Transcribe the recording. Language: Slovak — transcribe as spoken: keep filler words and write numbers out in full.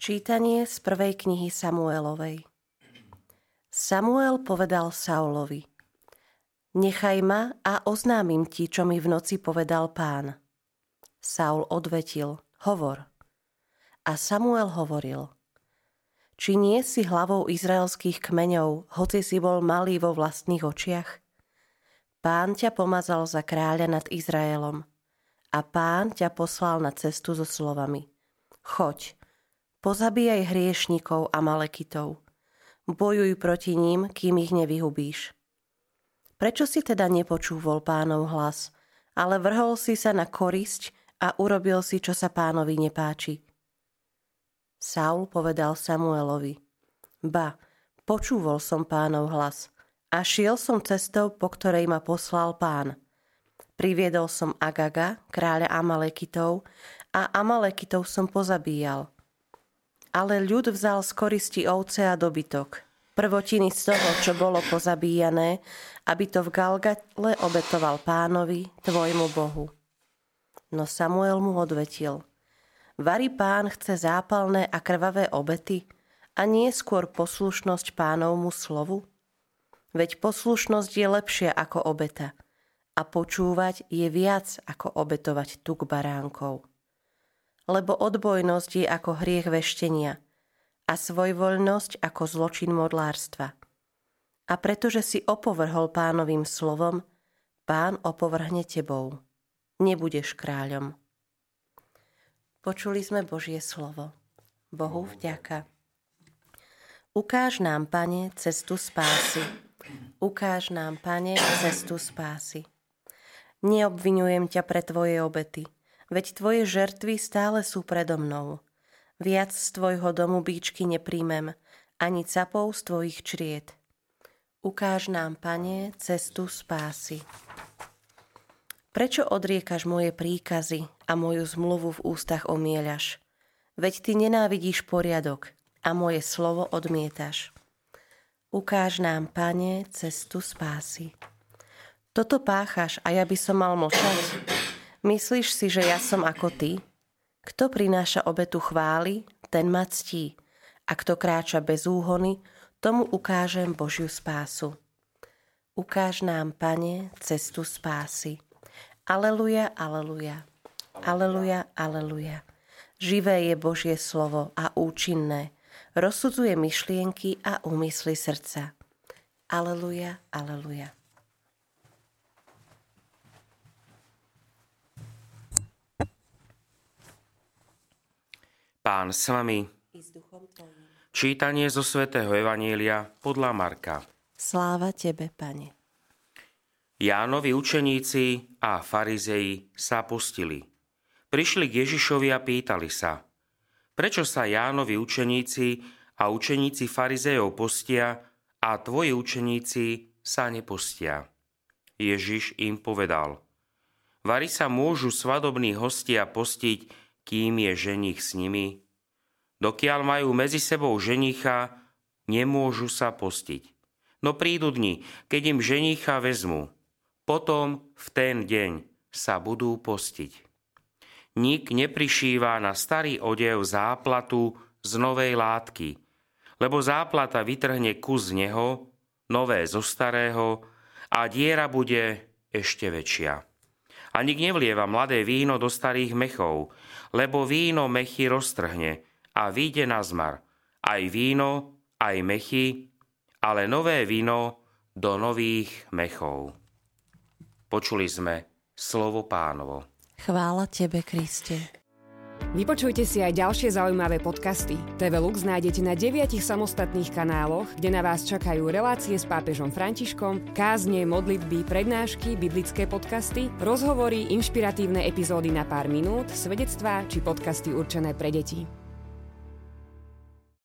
Čítanie z prvej knihy Samuelovej. Samuel povedal Saulovi: Nechaj ma a oznámim ti, čo mi v noci povedal Pán. Saul odvetil: Hovor. A Samuel hovoril: Či nie si hlavou izraelských kmeňov, hoci si bol malý vo vlastných očiach? Pán ťa pomazal za kráľa nad Izraelom a Pán ťa poslal na cestu so slovami: Choď, pozabíjaj hriešnikov Amalekitov. Bojuj proti ním, kým ich nevyhubíš. Prečo si teda nepočúval Pánov hlas, ale vrhol si sa na korisť a urobil si, čo sa Pánovi nepáči? Saul povedal Samuelovi: Ba, počúval som Pánov hlas a šiel som cestou, po ktorej ma poslal Pán. Priviedol som Agaga, kráľa Amalekitov, a Amalekitov som pozabíjal. Ale ľud vzal z koristi ovce a dobytok, prvotiny z toho, čo bolo pozabíjané, aby to v Galgale obetoval Pánovi, tvojmu Bohu. No Samuel mu odvetil: Vari Pán chce zápalné a krvavé obety a nie skôr poslušnosť Pánovmu slovu? Veď poslušnosť je lepšia ako obeta a počúvať je viac ako obetovať tuk baránkov. Lebo odbojnosť je ako hriech veštenia a svojvoľnosť ako zločin modlárstva. A pretože si opovrhol Pánovým slovom, Pán opovrhne tebou. Nebudeš kráľom. Počuli sme Božie slovo. Bohu vďaka. Ukáž nám, Pane, cestu spásy. Ukáž nám, Pane, cestu spásy. Neobviňujem ťa pre tvoje obety, veď tvoje žertvy stále sú predo mnou. Viac z tvojho domu bíčky nepríjmem, ani capov z tvojich čried. Ukáž nám, Pane, cestu spásy. Prečo odriekaš moje príkazy a moju zmluvu v ústach omieľaš? Veď ty nenávidíš poriadok a moje slovo odmietaš. Ukáž nám, Pane, cestu spásy. Toto páchaš a ja by som mal mlčať? Myslíš si, že ja som ako ty? Kto prináša obetu chvály, ten ma ctí. A kto kráča bez úhony, tomu ukážem Božiu spásu. Ukáž nám, Pane, cestu spásy. Aleluja, aleluja. Aleluja, aleluja. Živé je Božie slovo a účinné. Rozsudzuje myšlienky a úmysly srdca. Aleluja, aleluja. Pán s vami. Čítanie zo svätého Evanjelia podľa Marka. Sláva tebe, Pane. Jánovi učeníci a farizei sa pustili. Prišli k Ježišovi a pýtali sa: Prečo sa Jánovi učeníci a učeníci farizejov postia a tvoji učeníci sa nepostia? Ježiš im povedal: Vari sa môžu svadobní hostia postiť, kým je ženích s nimi? Dokiaľ majú medzi sebou ženicha, nemôžu sa postiť. No prídu dni, keď im ženicha vezmu. Potom v ten deň sa budú postiť. Nik neprišíva na starý odev záplatu z novej látky, lebo záplata vytrhne kus z neho, nové zo starého, a diera bude ešte väčšia. A nik nevlieva mladé víno do starých mechov, lebo víno mechy roztrhne a vyjde na zmar. Aj víno, aj mechy, ale nové víno do nových mechov. Počuli sme slovo Pánovo. Chvála tebe, Kriste. Vypočujte si aj ďalšie zaujímavé podcasty. té vé Lux nájdete na deviatich samostatných kanáloch, kde na vás čakajú relácie s pápežom Františkom, kázne, modlitby, prednášky, biblické podcasty, rozhovory, inšpiratívne epizódy na pár minút, svedectvá či podcasty určené pre deti.